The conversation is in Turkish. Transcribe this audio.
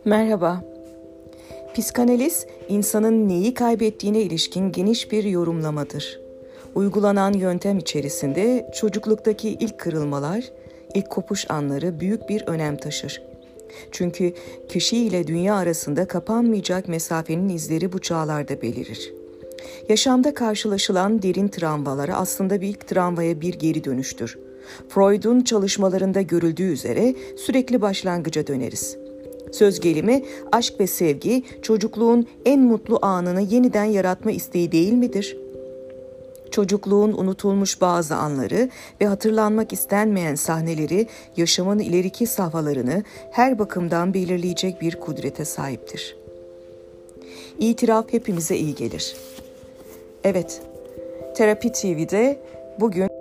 Merhaba. Psikanaliz, insanın neyi kaybettiğine ilişkin geniş bir yorumlamadır. Uygulanan yöntem içerisinde çocukluktaki ilk kırılmalar, ilk kopuş anları büyük bir önem taşır. Çünkü kişi ile dünya arasında kapanmayacak mesafenin izleri bu çağlarda belirir. Yaşamda karşılaşılan derin travmalar aslında bir ilk travmaya bir geri dönüştür. Freud'un çalışmalarında görüldüğü üzere sürekli başlangıca döneriz. Söz gelimi, aşk ve sevgi çocukluğun en mutlu anını yeniden yaratma isteği değil midir? Çocukluğun unutulmuş bazı anları ve hatırlanmak istenmeyen sahneleri yaşamın ileriki safhalarını her bakımdan belirleyecek bir kudrete sahiptir. İtiraf hepimize iyi gelir. Evet, Terapi TV'de bugün